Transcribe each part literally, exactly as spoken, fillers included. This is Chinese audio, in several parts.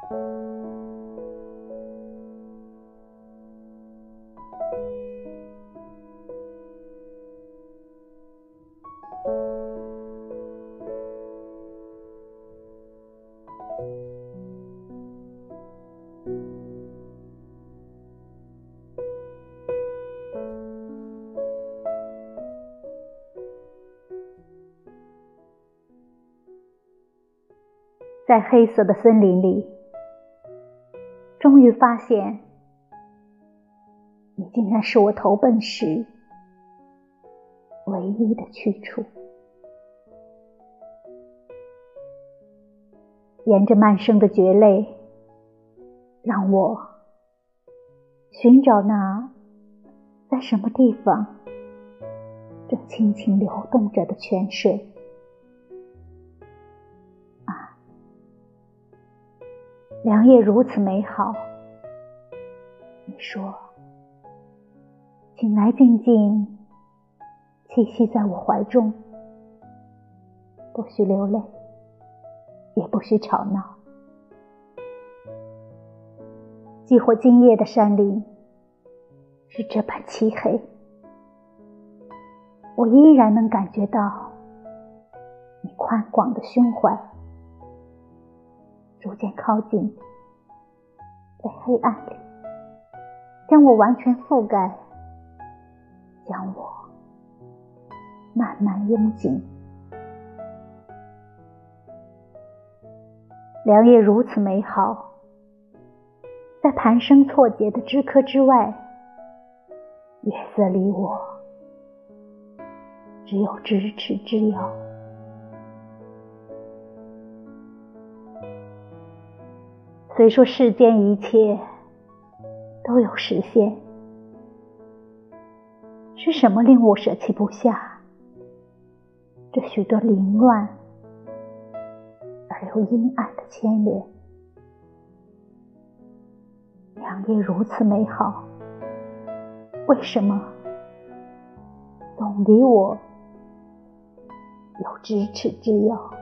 在黑色的森林里，终于发现，你竟然是我投奔时唯一的去处。沿着漫生的蕨类，让我寻找那在什么地方正轻轻流动着的泉水。良夜如此美好，你说，请来静静栖息在我怀中，不许流泪，也不许吵闹。激活今夜的山林是这般漆黑，我依然能感觉到你宽广的胸怀逐渐靠近，在黑暗里将我完全覆盖，将我慢慢拥紧。良夜如此美好，在盘生错节的枝柯之外，月色离我只有咫尺之遥。虽说世间一切都有时限，是什么令我舍弃不下这许多凌乱而又阴暗的牵连？良夜如此美好，为什么总离我有咫尺之遥？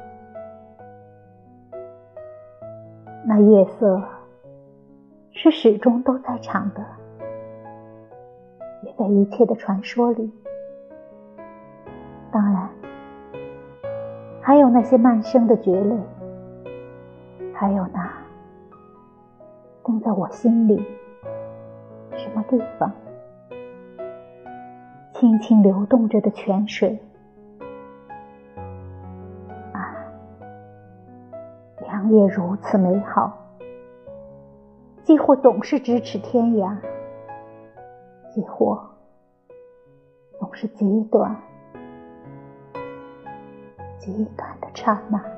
那月色是始终都在场的，也在一切的传说里。当然，还有那些漫生的蕨类，还有那正在我心里什么地方轻轻流动着的泉水。良夜如此美好，既或总是咫尺天涯，既或总是极短极短的刹那。